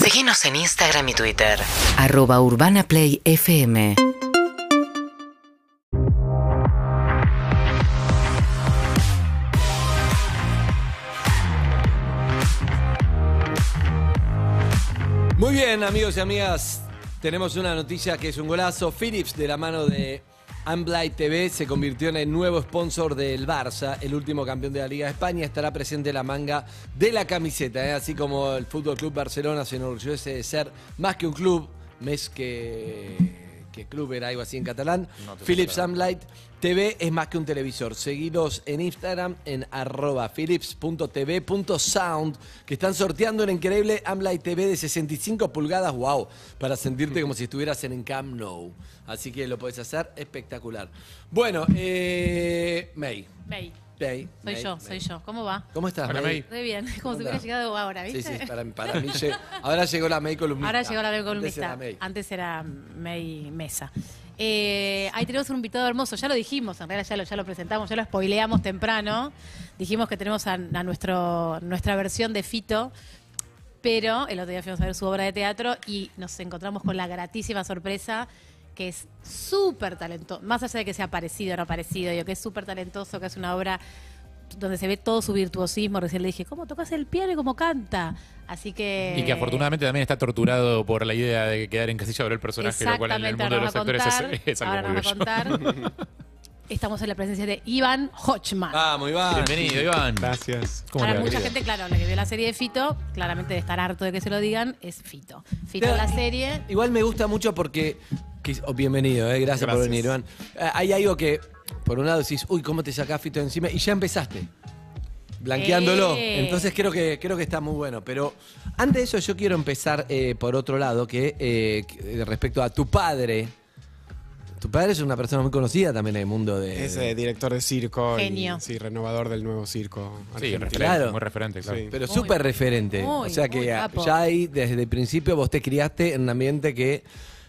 Seguinos en Instagram y Twitter. @urbanaplayfm. Muy bien, amigos y amigas, tenemos una noticia que es un golazo. Philips, de la mano de Amblight TV, se convirtió en el nuevo sponsor del Barça, el último campeón de la Liga de España. Estará presente en la manga de la camiseta, así como el Fútbol Club Barcelona se enorgullece de ser más que un club, más que club era algo así en catalán. No, Philips Amblight TV es más que un televisor. Seguidos en Instagram en @philips.tv.sound, que están sorteando una increíble Amblight TV de 65 pulgadas, wow, para sentirte como si estuvieras en Camp Nou. Así que lo podés hacer espectacular. Bueno, May. Soy yo. ¿Cómo va? ¿Cómo estás, May? Muy bien, como si hubiera llegado ahora, ¿viste? Sí, para mí. Ahora llegó la May columnista. Ahora llegó la May columnista. Antes era May Mesa. Ahí tenemos un invitado hermoso, ya lo dijimos, en realidad ya lo presentamos, ya lo spoileamos temprano. Dijimos que tenemos a nuestra versión de Fito, pero el otro día fuimos a ver su obra de teatro y nos encontramos con la gratísima sorpresa que es súper talentoso, más allá de que sea parecido o no parecido, que es súper talentoso, que es una obra donde se ve todo su virtuosismo. Recién le dije, ¿cómo tocas el piano y cómo canta? Así que... Y que afortunadamente también está torturado por la idea de quedar encasillado el personaje, lo cual en el mundo de los actores es algo muy bello. Estamos en la presencia de Iván Hochman. Vamos, Iván. Bienvenido, Iván. Gracias. Ahora mucha gente, claro, la que vio la serie de Fito, claramente de estar harto de que se lo digan, es Fito. Fito en la serie... Igual me gusta mucho porque... bienvenido, gracias por venir, Iván. Hay algo que, por un lado decís, uy, ¿cómo te sacás Fito de encima? Y ya empezaste, blanqueándolo. Entonces creo que está muy bueno. Pero antes de eso yo quiero empezar por otro lado, que respecto a tu padre. Tu padre es una persona muy conocida también en el mundo de... Es director de circo. Genio. Y, sí, renovador del nuevo circo. Sí, Claro. muy referente, claro. Sí. Pero súper referente. O sea que ya ahí, desde el principio, vos te criaste en un ambiente que...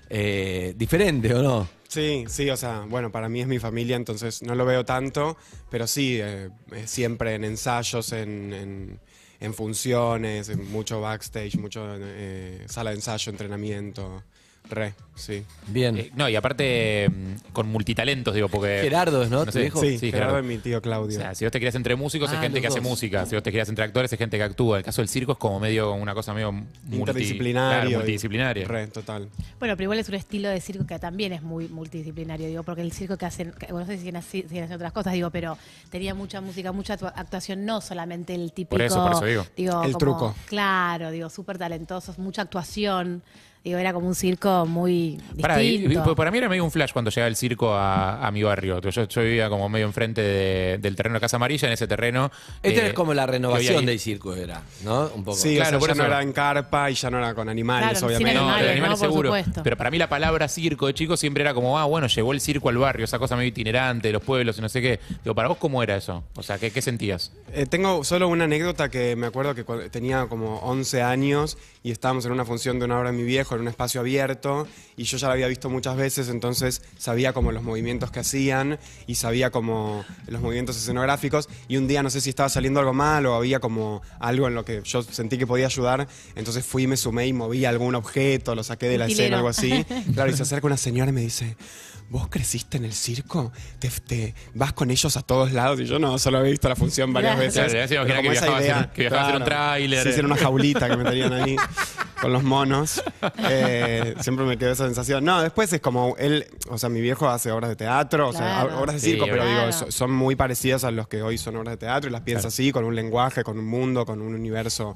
diferente, ¿o no? Sí, o sea, bueno, para mí es mi familia, entonces no lo veo tanto, pero sí, siempre en ensayos, en funciones, en mucho backstage, mucho sala de ensayo, entrenamiento. Sí. Bien. No, y aparte con multitalentos, digo, porque... Gerardo, ¿no? ¿Tu viejo? Sí, Sí, Gerardo Gerardo. es mi tío Claudio. O sea, si vos te querías entre músicos, es gente que los hace dos. música. Si vos te querías entre actores, es gente que actúa. El caso del circo es como medio una cosa medio Interdisciplinario. multidisciplinaria. Total. Bueno, pero igual es un estilo de circo que también es muy multidisciplinario, digo, porque el circo que hacen, bueno, no sé si siguen haciendo otras cosas, digo, pero tenía mucha música, mucha actuación, no solamente el típico... Por eso digo. El truco. Claro, digo, súper talentosos, mucha actuación. Digo, era como un circo muy Para distinto. mí era medio un flash cuando llegaba el circo a mi barrio. Yo vivía como medio enfrente del terreno de Casa Amarilla, en ese terreno. Es como la renovación ahí- del circo, era, ¿no? Un poco. Sí, Claro, o por sea, ya no eso. era en carpa y ya no era con animales, Claro, sin obviamente. No, animales, de animales por seguro. supuesto. Pero para mí la palabra circo de chico siempre era como, bueno, llegó el circo al barrio, esa cosa medio itinerante de los pueblos y no sé qué. Digo, ¿para vos cómo era eso? O sea, ¿qué sentías? Tengo solo una anécdota que me acuerdo que cuando tenía como 11 años y estábamos en una función de una obra de mi viejo en un espacio abierto y yo ya la había visto muchas veces, entonces sabía como los movimientos que hacían y sabía como los movimientos escenográficos y un día no sé si estaba saliendo algo mal o había como algo en lo que yo sentí que podía ayudar, entonces fui, me sumé y moví algún objeto, lo saqué de la Utilero. escena, algo así. Claro, y se acerca una señora y me dice... ¿Vos creciste en el circo? ¿Te vas con ellos a todos lados? Y yo no, solo había visto la función varias Claro. veces. Claro, se imagina Pero que como esa viajabas idea, que viajabas en un tráiler. Sí, era una jaulita que me tenían ahí con los monos. Siempre me quedó esa sensación. No, después es como él, o sea, mi viejo hace obras de teatro, Claro. o sea, obras de Sí, circo, pero claro. digo, son muy parecidas a los que hoy son obras de teatro y las piensa así, con un lenguaje, con un mundo, con un universo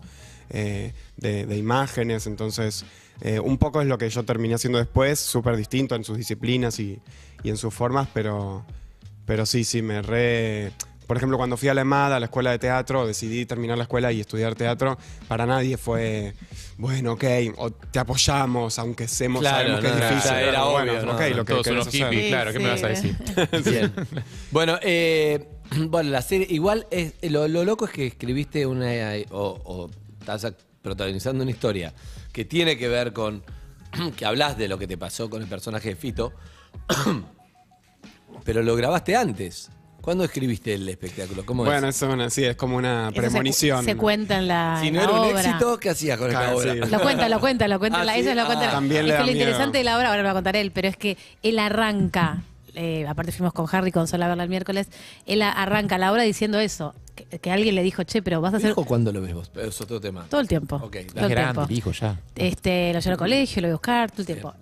de imágenes. Entonces, un poco es lo que yo terminé haciendo después, súper distinto en sus disciplinas y en sus formas, pero sí, Por ejemplo, cuando fui a la EMAD, a la escuela de teatro, decidí terminar la escuela y estudiar teatro, para nadie fue, bueno, ok, o te apoyamos, aunque sabemos que es difícil. ya era pero obvio, bueno, ¿no? ok, lo que Todos querés unos hacer. hippies, Sí, claro, ¿qué me vas a decir? Bien. Bueno, bueno, la serie, igual, lo loco es que escribiste o estás protagonizando una historia que tiene que ver con, que hablas de lo que te pasó con el personaje de Fito, pero lo grabaste antes. ¿Cuándo escribiste el espectáculo? ¿Cómo Bueno, es? es como una Eso premonición. se cuenta en la Si en no la era un obra. éxito, ¿qué hacías con esta Claro, obra? sí. Lo cuenta. ¿Ah, Ellos sí? lo cuentan. También Es le que da lo miedo. interesante de la obra, ahora lo va a contar él, pero es que él arranca, aparte fuimos con Harry con Sol a verla el miércoles, él arranca la obra diciendo eso, que alguien le dijo, che, pero vas a hacer ¿Hijo cuándo lo ves vos? Pero es otro tema. todo el tiempo. Ok, todo Es el grande, tiempo. el hijo ya. Lo llevo al colegio, lo voy a buscar, todo el tiempo.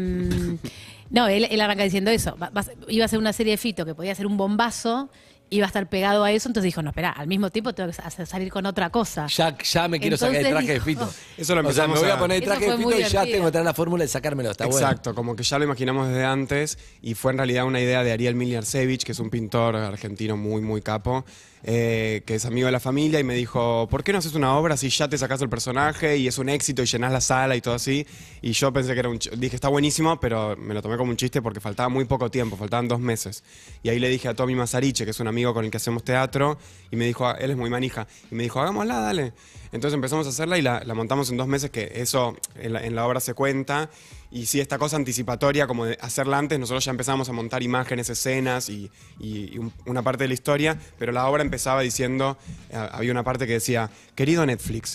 No, él arranca diciendo eso. Iba a hacer una serie de Fito que podía ser un bombazo, iba a estar pegado a eso, entonces dijo, no, espera, al mismo tiempo tengo que salir con otra cosa. Ya me quiero sacar el Entonces traje de dijo, Fito. Eso lo o sea, me empezamos voy a a- poner el Eso traje de fue Fito muy y ya divertido. tengo que traer la fórmula de sacármelo. Está bueno. Exacto, como que ya lo imaginamos desde antes y fue en realidad una idea de Ariel Miljarsevich, que es un pintor argentino muy, muy capo, que es amigo de la familia y me dijo, ¿por qué no haces una obra si ya te sacás el personaje y es un éxito y llenás la sala y todo así? Y yo pensé que era dije, está buenísimo, pero me lo tomé como un chiste porque faltaba muy poco tiempo, faltaban 2 meses. Y ahí le dije a Tommy Massariche, que es un amigo con el que hacemos teatro, y me dijo, él es muy manija, y me dijo, hagámosla, dale. Entonces empezamos a hacerla y la montamos en 2 meses, que eso en la obra se cuenta. Y sí, esta cosa anticipatoria, como de hacerla antes, nosotros ya empezamos a montar imágenes, escenas y una parte de la historia, pero la obra empezaba diciendo, había una parte que decía, querido Netflix,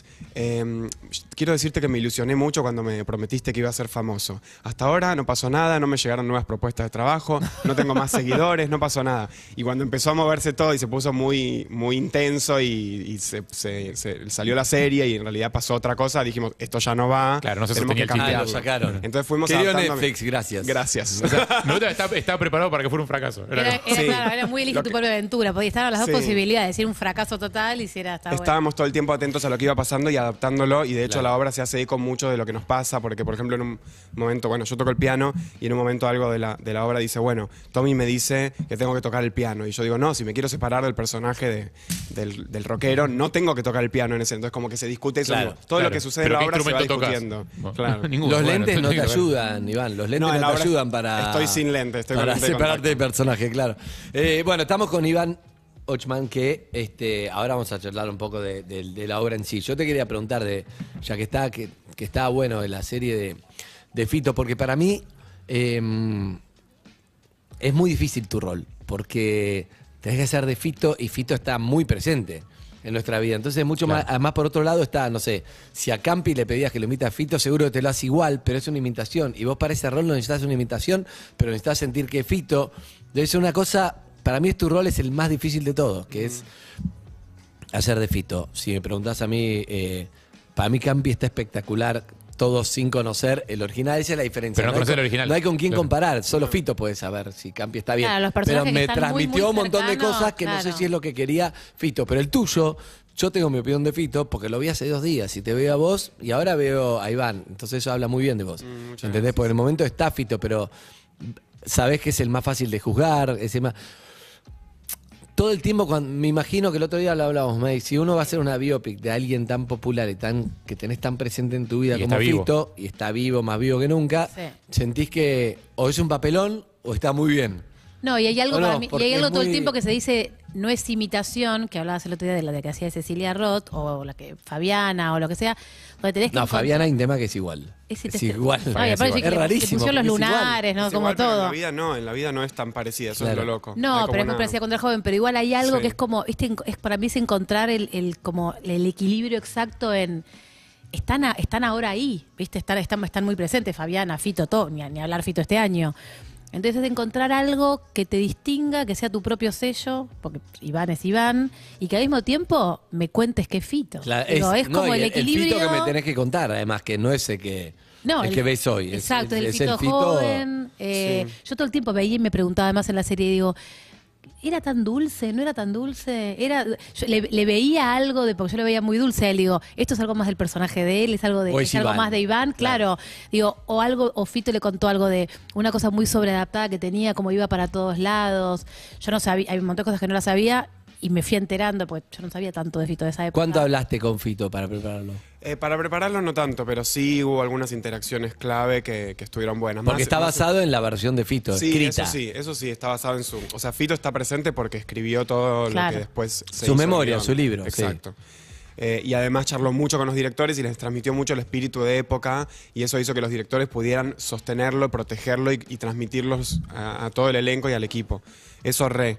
quiero decirte que me ilusioné mucho cuando me prometiste que iba a ser famoso. Hasta ahora no pasó nada, no me llegaron nuevas propuestas de trabajo, no tengo más seguidores, no pasó nada. Y cuando empezó a moverse todo y se puso muy, muy intenso y se salió la serie y en realidad pasó otra cosa, dijimos, esto ya no va, Claro, no se tenemos sostenía que el Ah, chiste. lo cambiarlo. sacaron. Entonces fuimos Querido adaptando- Netflix, gracias. Gracias. Me gusta, estaba preparado para que fuera un fracaso. Era como- Sí. Claro, era muy elige Lo tu que- propia aventura. Podía estar las dos Sí. posibilidades, decir un fracaso total y si era está bueno. Estábamos todo el tiempo atentos a lo que iba pasando y adaptándolo, y de hecho la obra se hace eco mucho de lo que nos pasa, porque por ejemplo en un momento, bueno, yo toco el piano y en un momento algo de la obra dice, bueno, Tommy me dice que tengo que tocar el piano, y yo digo, no, si me quiero separar del personaje del rockero, no tengo que tocar el piano en ese, entonces como que se discute eso, Claro, digo, todo Claro. lo que sucede en ¿Pero la qué obra se va instrumento tocas? discutiendo. Bueno, Claro. ninguno. Los Bueno, lentes no te tiene que ver. ayudan, Iván. Los lentes No, no, en te la obra ayudan para. estoy sin lentes, estoy con para lente de separarte contacto. del personaje, claro. Bueno, estamos con Iván Ochman, que ahora vamos a charlar un poco de la obra en sí. Yo te quería preguntar, ya que está bueno en la serie de Fito, porque para mí es muy difícil tu rol, porque tenés que ser de Fito y Fito está muy presente en nuestra vida. Entonces, mucho más, además por otro lado está, no sé, si a Campi le pedías que lo imite a Fito, seguro que te lo hace igual, pero es una imitación. Y vos para ese rol no necesitas una imitación, pero necesitas sentir que Fito debe ser una cosa. Para mí tu rol es el más difícil de todos, que es hacer de Fito. Si me preguntás a mí, para mí Campi está espectacular, todos sin conocer el original. Esa es la diferencia. Pero no conocer el original. No hay con quién Claro. comparar, solo Fito puede saber si Campi está bien. Claro, los pero personajes me que están muy, transmitió muy un montón de cercanos, cosas que no sé claro. si es lo que quería Fito. Pero el tuyo, yo tengo mi opinión de Fito porque lo vi hace 2 días y te veo a vos y ahora veo a Iván. Entonces eso habla muy bien de vos. ¿Entendés? Porque en el momento está Fito, pero sabés que es el más fácil de juzgar, es el más... Todo el tiempo, me imagino que el otro día lo hablábamos, May, si uno va a hacer una biopic de alguien tan popular y que tenés tan presente en tu vida Y como está vivo. Fito, y está vivo, más vivo que nunca, Sí. sentís que o es un papelón o está muy bien. No, y hay algo ¿O no? para mí, y Porque hay algo es todo el muy- tiempo que se dice, no es imitación, que hablabas el otro día de la de que hacía Cecilia Roth, o la que Fabiana, o lo que sea, donde tenés que No, encontrar- Fabiana hay un tema que es igual. Ese Es te- igual. Ay, aparte que Es le rarísimo. pusieron los porque es igual. lunares, ¿no? Es Como igual, pero todo. en la vida no es tan parecida, eso Claro. es lo loco. Hay No, como pero es muy una- parecida contra el joven, pero igual hay algo Sí. que es como, es para mí es encontrar como el equilibrio exacto en. Están ahora ahí, ¿viste? Están muy presentes, Fabiana, Fito, todo, ni hablar Fito este año. Entonces es encontrar algo que te distinga, que sea tu propio sello, porque Iván es Iván, y que al mismo tiempo me cuentes que es Fito. Claro, Digo, es no, como y el equilibrio. El Fito que me tenés que contar, además, que no es el que, No, el que ves hoy. Exacto, el es Fito joven. Yo todo el tiempo veía y me preguntaba además en la serie, digo, ¿era tan dulce? ¿No era tan dulce? Yo le veía algo de, porque yo lo veía muy dulce a él, digo, esto es algo más del personaje de él, es algo O es es algo Iván. más de Iván, claro. Digo, o Fito le contó algo de una cosa muy sobreadaptada que tenía, como iba para todos lados. Yo no sabía, hay un montón de cosas que no las sabía y me fui enterando, porque yo no sabía tanto de Fito de esa época. ¿Cuánto hablaste con Fito para prepararlo? Para prepararlo no tanto, pero sí hubo algunas interacciones clave que estuvieron buenas. Porque Más- está más- basado en la versión de Fito, Sí, escrita. eso sí, está basado en su... O sea, Fito está presente porque escribió todo Claro. lo que después se Su hizo memoria, el guión. su libro, sí. Exacto. Y además charló mucho con los directores y les transmitió mucho el espíritu de época, y eso hizo que los directores pudieran sostenerlo, protegerlo y transmitirlos a todo el elenco y al equipo. Eso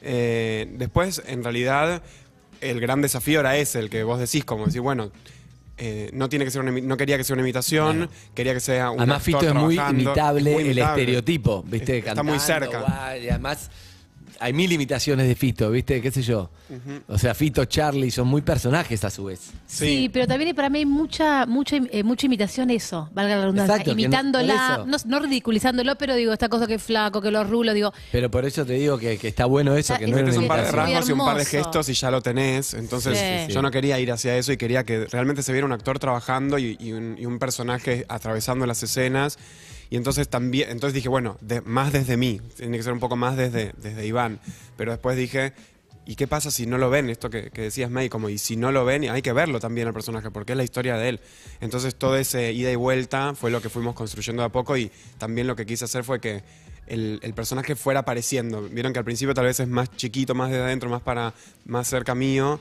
Después, en realidad, el gran desafío era ese, el que vos decís, como decir, bueno, no tiene que ser no quería que sea una imitación, quería que sea un Además, actor Fito es muy trabajando. imitable, Es muy el imitable. estereotipo, ¿viste? Está muy cerca. Y además, hay 1000 imitaciones de Fito, ¿viste? ¿Qué sé yo? O sea, Fito, Charlie, son muy personajes a su vez. Sí, pero también para mí hay mucha imitación eso, valga la redundancia, Exacto, que no- imitándola, por no, eso. no ridiculizándolo, pero digo, esta cosa que es flaco, que los rulos, digo, Pero por eso te digo que está bueno eso, que no es Metes una un par de imitación. rasgos y un par de hermoso. gestos y ya lo tenés. Entonces, Sí. yo no quería ir hacia eso y quería que realmente se viera un actor trabajando y un personaje atravesando las escenas. Y entonces dije, bueno, más desde mí, tiene que ser un poco más desde Iván. Pero después dije, ¿y qué pasa si no lo ven? Esto que decías, May, como, y si no lo ven, hay que verlo también al personaje, porque es la historia de él. Entonces todo ese ida y vuelta fue lo que fuimos construyendo de a poco, y también lo que quise hacer fue que el personaje fuera apareciendo. Vieron que al principio tal vez es más chiquito, más de adentro, más cerca mío,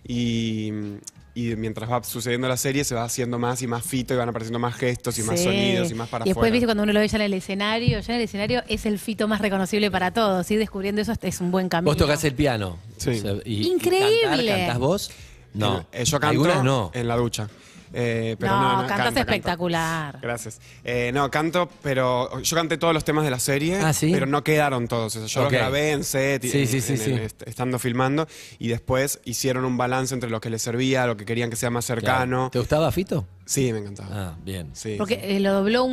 y mientras va sucediendo la serie se va haciendo más y más Fito y van apareciendo más gestos y más sí. sonidos y más para Y después, afuera. viste, cuando uno lo ve ya en el escenario es el Fito más reconocible para todos. Ir descubriendo eso es un buen camino. Vos tocás el piano. Sí. Increíble. ¿Cantás vos? No. Yo canto Algunas no. en la ducha. Pero No, cantás canto. espectacular. Gracias. No, canto, pero yo canté todos los temas de la serie, Ah, ¿sí? pero no quedaron todos. Yo Ok. los grabé en set, Sí, sí. estando filmando, y después hicieron un balance entre lo que les servía, lo que querían que sea más cercano. Claro. ¿Te gustaba Fito? Sí, me encantaba. Ah, bien. Sí, Porque sí. lo dobló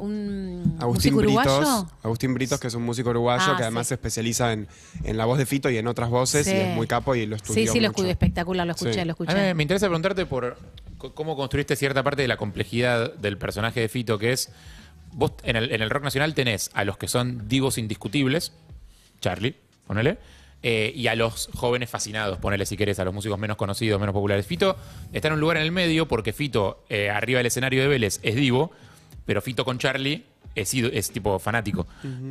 un Agustín músico Britos, uruguayo. Agustín Britos, que es un músico uruguayo Ah, que además sí. se especializa en la voz de Fito y en otras voces, Sí. y es muy capo y lo estudió Sí, lo mucho. escuché, espectacular, lo escuché, Sí. lo A escuché. mí me interesa preguntarte por cómo construiste cierta parte de la complejidad del personaje de Fito, que es, vos en el rock nacional tenés a los que son divos indiscutibles, Charlie, ponele, y a los jóvenes fascinados, ponele si querés, a los músicos menos conocidos, menos populares. Fito está en un lugar en el medio porque Fito, arriba del escenario de Vélez, es divo, pero Fito con Charlie es tipo fanático.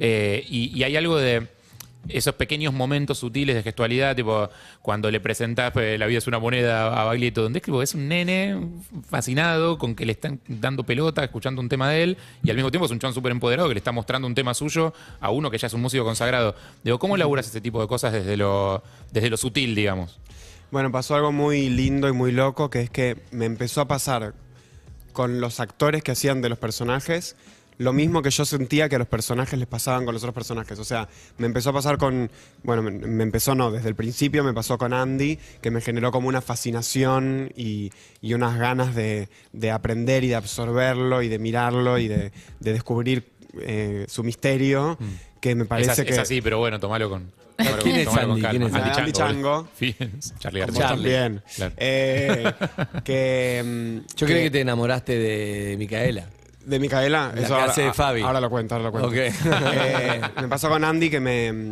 Y hay algo de esos pequeños momentos sutiles de gestualidad, tipo cuando le presentás La vida es una moneda a Baglietto, donde es que es un nene fascinado con que le están dando pelota, escuchando un tema de él, y al mismo tiempo es un chabón súper empoderado que le está mostrando un tema suyo a uno que ya es un músico consagrado. Digo, ¿cómo laburas ese tipo de cosas desde lo sutil, digamos? Bueno, pasó algo muy lindo y muy loco, que es que me empezó a pasar con los actores que hacían de los personajes lo mismo que yo sentía que a los personajes les pasaban con los otros personajes. O sea, me empezó a pasar me empezó no, desde el principio me pasó con Andy, que me generó como una fascinación y unas ganas de aprender y de absorberlo y de mirarlo y de descubrir su misterio, que me parece que... Es así, pero bueno, tomalo con... ¿Quién es Andy? ¿Quién es Andy Chango? Charlie Vos García. también. Claro. Yo creo que te enamoraste de Micaela. De Micaela, La que hace de Fabi. Ahora lo cuento. Ok. Me pasó con Andy que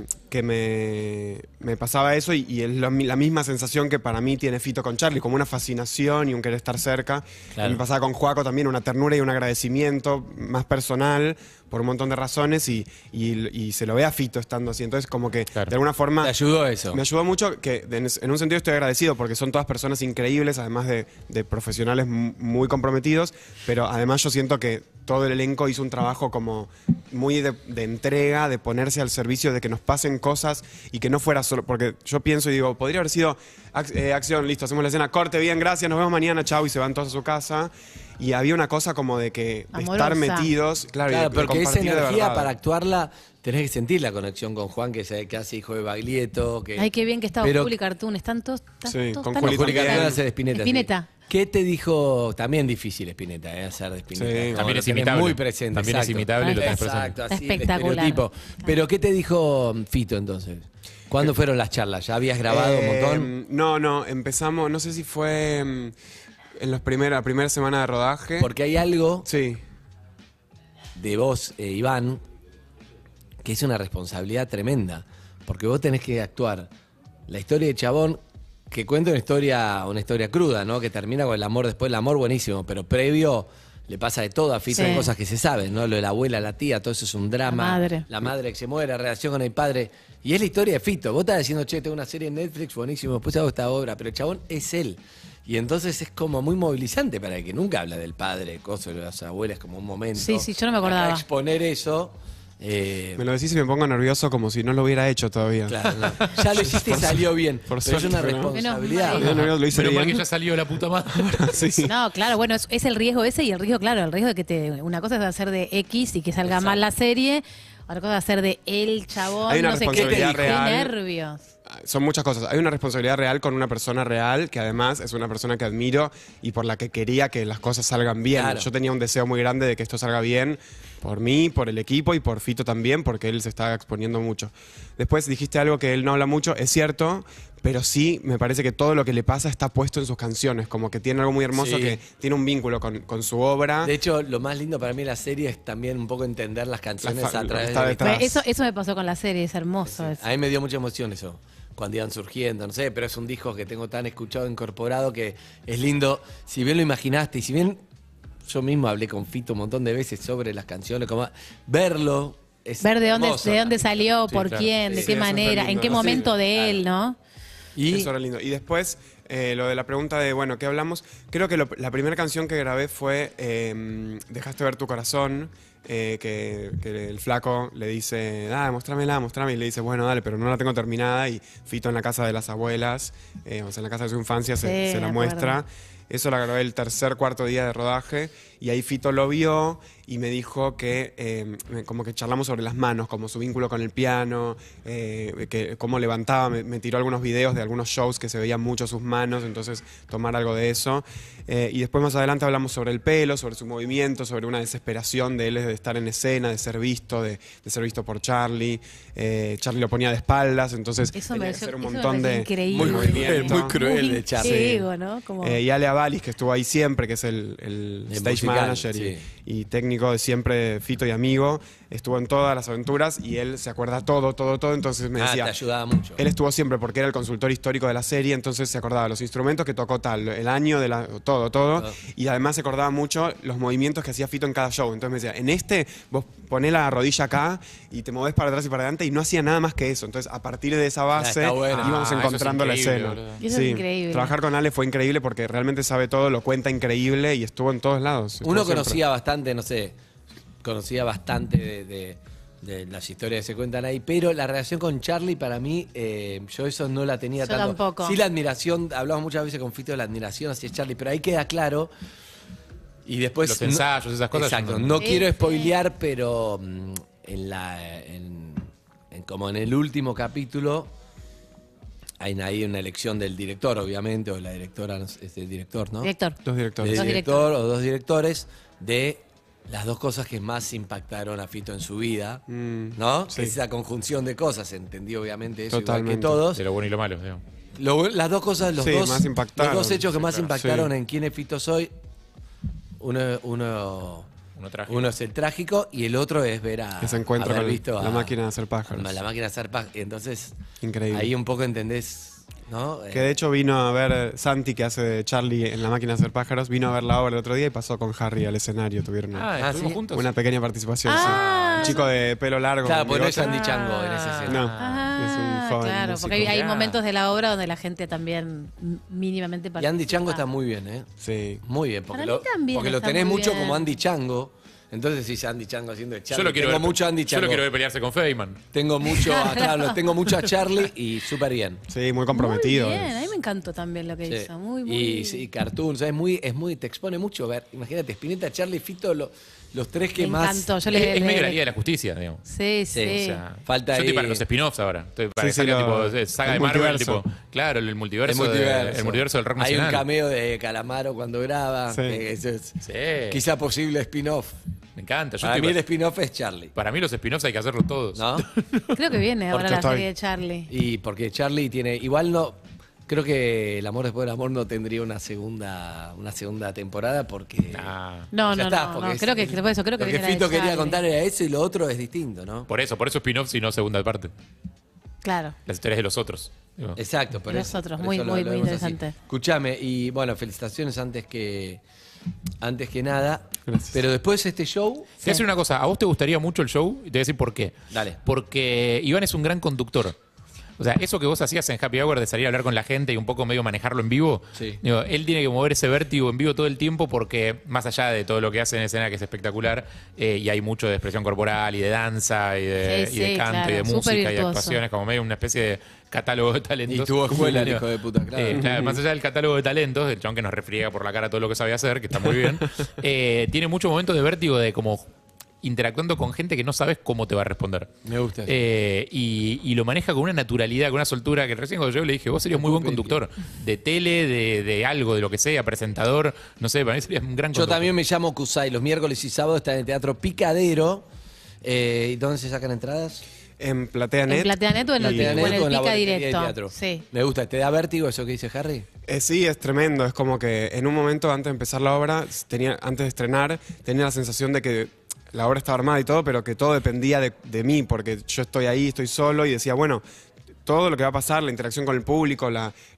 me pasaba eso y es la misma sensación que para mí tiene Fito con Charlie, como una fascinación y un querer estar cerca. Claro. Y me pasaba con Joaco también, una ternura y un agradecimiento más personal por un montón de razones y se lo ve a Fito estando así. Entonces como que Claro. de alguna forma... ¿Te ayudó eso? Me ayudó mucho, que en un sentido estoy agradecido porque son todas personas increíbles, además de profesionales muy comprometidos, pero además yo siento que todo el elenco hizo un trabajo como muy de entrega, de ponerse al servicio de que nos pasen cosas y que no fuera solo, porque yo pienso y digo, podría haber sido acción, listo, hacemos la escena, corte, bien, gracias, nos vemos mañana, chau, y se van todos a su casa. Y había una cosa como de que de estar Amorosa. metidos, claro, y de porque esa compartir de energía verdad. para actuarla tenés que sentir la conexión con Juan, que hace hijo de Baglietto. Ay, qué bien que estaba Pero- Juli Cartoon. Están todos Sí, todos con tan Juli Juli también. Cartoon hace de Spinetta. sí. Spinetta. ¿Qué te dijo? También difícil Spinetta, hacer de Spinetta. Sí. Como También lo es tenés imitable. muy presente. También es exacto. imitable y lo tenés presente. Exacto, Está así, el espectacular. estereotipo. Pero ¿qué te dijo Fito entonces? ¿Cuándo fueron las charlas? ¿Ya habías grabado un montón? No, empezamos, no sé si fue en la primera semana de rodaje. Porque hay algo Sí. de vos, Iván, que es una responsabilidad tremenda. Porque vos tenés que actuar la historia de Chabón, que cuenta una historia cruda, ¿no? Que termina con el amor, después el amor buenísimo, pero previo le pasa de todo a Fito, Sí. hay cosas que se saben, ¿no? Lo de la abuela, la tía, todo eso es un drama. La madre. Que se muere, la relación con el padre. Y es la historia de Fito. Vos estás diciendo, che, tengo una serie en Netflix, buenísimo, después hago esta obra, pero el Chabón es él. Y entonces es como muy movilizante para el que nunca habla del padre, cosas de las abuelas, como un momento. Sí, yo no me acordaba. Acá exponer eso Me lo decís y me pongo nervioso como si no lo hubiera hecho todavía. Claro, no. Ya lo hiciste y salió bien. por Pero es suerte, una pero no. responsabilidad. Menos Me dio nervioso, lo hice Pero mal que bien. ya salió la puta madre. Sí. No, claro, bueno, es el riesgo ese y el riesgo, claro, el riesgo de que una cosa es hacer de X y que salga Exacto. mal la serie, otra cosa es hacer de el chabón, Hay una no sé qué, responsabilidad qué real. nervios. Son muchas cosas. Hay una responsabilidad real con una persona real, que además es una persona que admiro y por la que quería que las cosas salgan bien. Claro. Yo tenía un deseo muy grande de que esto salga bien por mí, por el equipo y por Fito también, porque él se está exponiendo mucho. Después dijiste algo que él no habla mucho, es cierto, pero sí me parece que todo lo que le pasa está puesto en sus canciones, como que tiene algo muy hermoso Sí. que tiene un vínculo con su obra. De hecho, lo más lindo para mí de la serie es también un poco entender las canciones La fa- a través está de detrás. Eso me pasó con la serie, es hermoso. A mí me dio mucha emoción eso, cuando iban surgiendo, no sé, pero es un disco que tengo tan escuchado, incorporado, que es lindo. Si bien lo imaginaste y si bien yo mismo hablé con Fito un montón de veces sobre las canciones, como verlo es Ver de hermoso. dónde salió, Sí, por claro. quién, de Sí, qué eso es re manera, en lindo, qué ¿no? momento Sí, de él, ¿no? Y Eso era lindo. Y después, lo de la pregunta de, bueno, ¿qué hablamos? Creo que la primera canción que grabé fue Dejaste ver tu corazón, que el flaco le dice, mostrámela, y le dice, bueno, dale, pero no la tengo terminada. Y Fito en la casa de las abuelas, o sea, en la casa de su infancia, Sí, se me la acuerdo. muestra. Eso la grabé el cuarto día de rodaje y ahí Fito lo vio y me dijo que como que charlamos sobre las manos, como su vínculo con el piano, que cómo levantaba, me tiró algunos videos de algunos shows que se veían mucho sus manos, entonces tomar algo de eso. Y después más adelante hablamos sobre el pelo, sobre su movimiento, sobre una desesperación de él de estar en escena, de ser visto, de ser visto por Charlie. Charlie lo ponía de espaldas, entonces Eso tenía me que hacer un eso me montón pareció de increíble. muy cruel, movimiento. muy cruel de Charlie. Qué ego, ¿no? Como... Y Ale Avalis, que estuvo ahí siempre, que es el stage musical, manager sí. y técnico de siempre, Fito y amigo, estuvo en todas las aventuras y él se acuerda todo, entonces me te decía... ayudaba mucho. Él estuvo siempre porque era el consultor histórico de la serie, entonces se acordaba los instrumentos que tocó tal, el año, todo. Y además se acordaba mucho los movimientos que hacía Fito en cada show. Entonces me decía, en este vos ponés la rodilla acá y te movés para atrás y para adelante y no hacía nada más que eso. Entonces a partir de esa base está bueno. íbamos Eso es encontrando la increíble, escena. boludo. Eso es increíble. Trabajar con Ale fue increíble porque realmente sabe todo, lo cuenta increíble y estuvo en todos lados. Estuvo Uno siempre. conocía bastante, no sé, de las historias que se cuentan ahí, pero la relación con Charlie para mí, yo eso no la tenía Yo tanto. tampoco. Sí, la admiración, hablamos muchas veces con Fito de la admiración hacia Charlie, pero ahí queda claro. Y después. Los ensayos, esas cosas. Exacto, yo no Sí, quiero sí. spoilear, pero como en el último capítulo. Hay ahí una elección del director, obviamente, o la directora, no sé, es el director, ¿no? Director. Dos directores. De Dos director o dos directores de las dos cosas que más impactaron a Fito en su vida, ¿no? sí. Esa conjunción de cosas, entendí obviamente eso igual que Totalmente. todos. De lo bueno y lo malo, digamos. Las dos cosas, Sí, más impactaron. los dos hechos que Sí, más claro. impactaron Sí. en quién es Fito Soy, uno Uno trágico. es el trágico y el otro es ver a Que se encuentra haber con visto la máquina de hacer pájaros. La máquina de hacer pájaros. Entonces, Increíble. ahí un poco entendés, ¿no? Que de hecho vino a ver Santi, que hace de Charlie en La máquina de hacer pájaros, vino a ver la obra el otro día y pasó con Harry al escenario. Tuvieron ¿Estuvimos ¿sí? juntos? una pequeña participación. Ah, sí. Un chico de pelo largo. Claro, con porque no es bigote. Andy Chango en esa escena. No. Ah, es un joven claro, músico. porque hay Ah. momentos de la obra donde la gente también mínimamente Y participa. Andy Chango está muy bien, ¿eh? Sí. Muy bien, porque, Para mí también porque lo está tenés muy mucho bien. como Andy Chango. Entonces decís Andy Chango haciendo de Charlie. Yo lo quiero tengo ver, mucho Andy yo Chango. lo quiero ver pelearse con Feynman. Tengo mucho, claro, tengo mucho a Charlie y súper bien. Sí, muy comprometido. Muy bien, a mí me encantó también lo que Sí. hizo. Muy, muy Y sí, cartoons, es muy, te expone mucho ver. Imagínate, Spinetta, Charlie, Fito, los tres que me más. encantó. Yo Es le, medio la le- Liga de la Justicia, digamos. Sí, sí. Sí, O sea, Falta yo estoy ahí- para los spin-offs ahora. Estoy para Sí, que sí, salga lo- tipo saga el de Marvel, multiverso. tipo, claro, el multiverso, El multiverso. el multiverso del rock Hay nacional. un cameo de Calamaro cuando graba. Sí. Eso es Sí. quizá posible spin-off. Me encanta. Yo Para estoy mí el spin-off es Charlie. para mí los spin-offs hay que hacerlos todos. ¿No? Creo que viene ahora Porque la estoy- serie de Charlie. Y porque Charlie tiene. Igual no. Creo que El amor después del amor no tendría una segunda temporada porque. Nah. No, ya no, está, no, porque no, es- creo que por eso creo que Lo que viene la de Fito quería Charlie. contar era eso y lo otro es distinto, ¿no? Por eso spin-offs y no segunda parte. Claro. Las historias de los otros. Digo. Exacto, por Y eso. nosotros, por muy, eso muy, muy vemos así. interesante. Escuchame, y bueno, felicitaciones antes que nada. Gracias. Pero después de este show. Te voy a decir una cosa, ¿a vos te gustaría mucho el show? Y te voy a decir por qué. Dale. Porque Iván es un gran conductor. O sea, eso que vos hacías en Happy Hour de salir a hablar con la gente y un poco medio manejarlo en vivo, Sí. digo, él tiene que mover ese vértigo en vivo todo el tiempo porque más allá de todo lo que hace en escena, que es espectacular, y hay mucho de expresión corporal y de danza y de, Sí, y de sí, canto claro, y de súper música y de virtuoso. actuaciones, como medio una especie de catálogo de talentos. Y tuvo escuela el hijo de puta, claro. Claro, más allá del catálogo de talentos, el chabón que nos refriega por la cara todo lo que sabe hacer, que está muy bien, tiene muchos momentos de vértigo de como interactuando con gente que no sabes cómo te va a responder. Me gusta eso. Y lo maneja con una naturalidad, con una soltura, que recién cuando yo le dije, vos serías muy buen conductor de tele, de algo, de lo que sea, presentador, no sé, para mí serías un gran Yo conductor. también me llamo Kusai. Los miércoles y sábados está en el Teatro Picadero. ¿Y dónde se sacan entradas? En PlateaNet. ¿En PlateaNet o en el, Plateanet o en el con la Pica boletería de Directo? teatro. Sí. Me gusta. ¿Te da vértigo eso que dice Harry? Sí, es tremendo. Es como que en un momento antes de empezar la obra, antes de estrenar, tenía la sensación de que la obra estaba armada y todo, pero que todo dependía de mí, porque yo estoy ahí, estoy solo y decía, bueno, todo lo que va a pasar, la interacción con el público,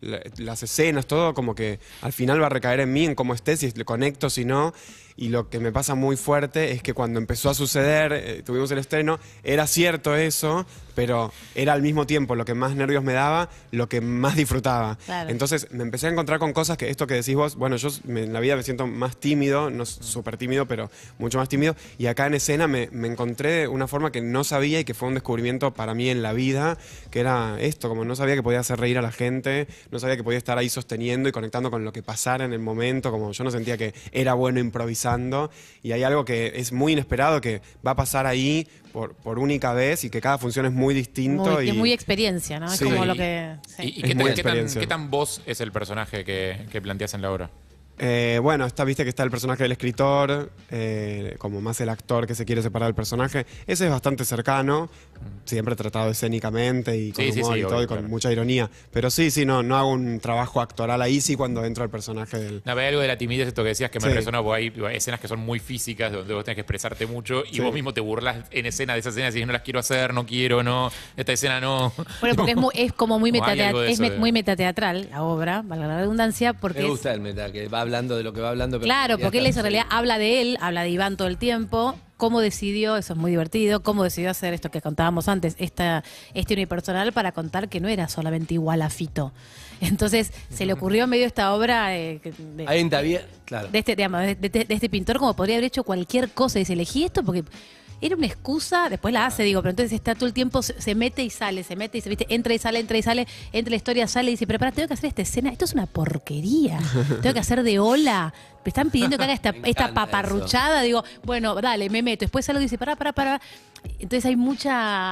las escenas, todo como que al final va a recaer en mí, en cómo esté, si le conecto, si no. Y lo que me pasa muy fuerte es que cuando empezó a suceder, tuvimos el estreno, era cierto eso, pero era al mismo tiempo lo que más nervios me daba, lo que más disfrutaba. Claro. Entonces me empecé a encontrar con cosas que esto que decís vos, bueno, yo en la vida me siento más tímido, no súper tímido, pero mucho más tímido. Y acá en escena me encontré de una forma que no sabía y que fue un descubrimiento para mí en la vida, que era esto, como no sabía que podía hacer reír a la gente, no sabía que podía estar ahí sosteniendo y conectando con lo que pasara en el momento, como yo no sentía que era bueno improvisando. Y hay algo que es muy inesperado, que va a pasar ahí por única vez y que cada función es muy distinto. Es muy experiencia, ¿no? Sí. Es como lo que... sí. ¿Y Es muy qué experiencia. tan vos es el personaje que planteas en la obra? Bueno, viste que está el personaje del escritor, como más el actor que se quiere separar del personaje. Ese es bastante cercano, siempre tratado escénicamente y con humor y todo, obvio, y con claro. mucha ironía. Pero sí, no hago un trabajo actoral ahí, sí cuando entro al personaje del... No, hay algo de la timidez, esto que decías que me Sí. resonó, porque hay escenas que son muy físicas, donde vos tenés que expresarte mucho y Sí. vos mismo te burlas en escena de esas escenas y dices, no las quiero hacer, no quiero, no, esta escena no. Bueno, porque es como muy, Como hay algo de eso de- muy metateatral la obra, valga la redundancia, porque Me es- gusta el meta, que va hablando de lo que va hablando. pero claro, ya porque él está. en realidad habla de él, habla de Iván todo el tiempo, cómo decidió, eso es muy divertido, cómo decidió hacer esto que contábamos antes, este unipersonal para contar que no era solamente igual a Fito. Entonces se le ocurrió en medio de esta obra Ahí en Tavía, claro. de este pintor como podría haber hecho cualquier cosa y se elegí esto porque era una excusa, después la hace, digo, pero entonces está todo el tiempo, se mete y sale, se mete y se viste, entra y sale, entra la historia, sale y dice, pero para, tengo que hacer esta escena, esto es una porquería, tengo que hacer de ola, me están pidiendo que haga esta encanta paparruchada, digo, bueno, dale, me meto, después algo dice, para, entonces hay mucho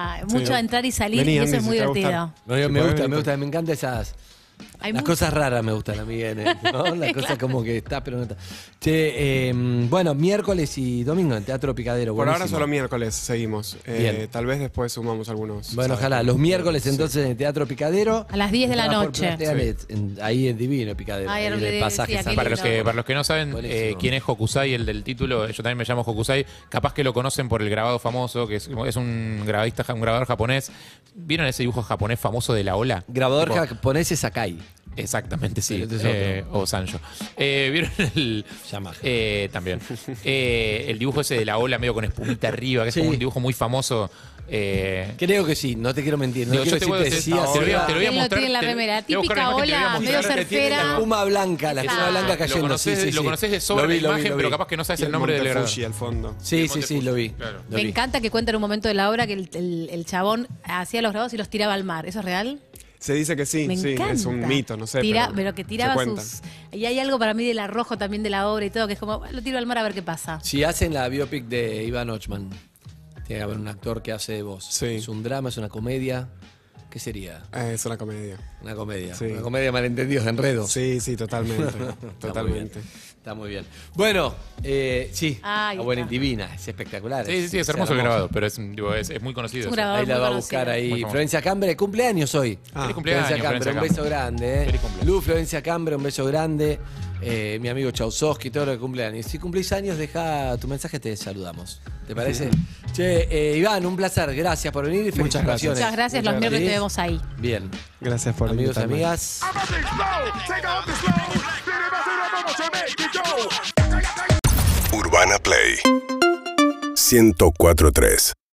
a entrar y salir Vení, y eso Andy, es si muy te va a divertido. gustar. No, Si me podés gusta, me encantan esas. Hay Las mucho. cosas raras me gustan a mí, ¿no? Las cosas como que está, pero no está. Che, bueno, miércoles y domingo en Teatro Picadero. Por ahora buenísimo. solo miércoles seguimos. Bien. Tal vez después sumamos algunos. Bueno, sábados. ojalá. Los miércoles entonces en el Teatro Picadero. A las 10 de la Entrada por noche. Plateanet. Ahí es divino Picadero. Ay, ahí en le el pasaje decía, San qué Para Marcos. los que no saben Buenísimo. quién es Hokusai, el del título, yo también me llamo Hokusai, capaz que lo conocen por el grabado famoso, que es un grabador japonés. ¿Vieron ese dibujo japonés famoso de la ola? Grabador Tipo, japonés es Sakai. Exactamente, sí. Pero este es O Sancho. ¿Vieron el. Yamaha. También. El dibujo ese de la ola medio con espumita arriba, que es Sí. como un dibujo muy famoso. Creo que sí, no te quiero mentir. No Digo, quiero yo te voy a decirte decir- sí, te lo voy a ahora. mostrar. Él lo tiene en la remera, te voy a buscar típica una imagen, te ola, voy a medio mostrar. surfera. La espuma blanca, la espuma blanca Lo cayendo. conoces, sí, sí, lo sí. conoces de sobra Lo vi, la lo vi, imagen, lo pero vi. capaz que no sabes Y el nombre del Monte grabador. Fuji al fondo. Sí, sí, sí, lo vi. Claro. Lo Me vi. encanta que cuenta en un momento de la obra que el chabón hacía los grabados y los tiraba al mar. ¿Eso es real? Se dice que sí, Me sí, encanta. es un mito, no sé. Pero que tiraba se cuenta. sus... Y hay algo para mí del arrojo también de la obra y todo, que es como, lo tiro al mar a ver qué pasa. Si hacen la biopic de Iván Ochman, tiene que haber un actor que hace de voz. Sí. Es un drama, es una comedia. ¿Qué sería? Es una comedia. Una comedia. Sí. Una comedia malentendidos de enredos. Sí, sí, totalmente. Está totalmente. muy bien. Está muy bien. Bueno, sí. Ahí la buena y está. divina. Es espectacular. Sí, sí, es hermoso el grabado, pero es muy conocido. Es un eso. grabador Ahí la muy va a conocido. buscar ahí. Muy famoso. Florencia Cambre, cumpleaños hoy. Ah, Feliz cumpleaños, Cambre, Florencia un beso Cambre. grande. Feliz cumpleaños. Luz, Florencia Cambre, un beso grande. Mi amigo Chausowski, todo lo que cumpleaños. Si cumplís años, deja tu mensaje, te saludamos. ¿Te parece? Che, Iván, un placer. Gracias por venir y Muchas felicitaciones. Muchas gracias, los Muchas miércoles te gracias. vemos ahí. Bien. Gracias por Amigos y invitarme. amigas. Urbana Play 104.3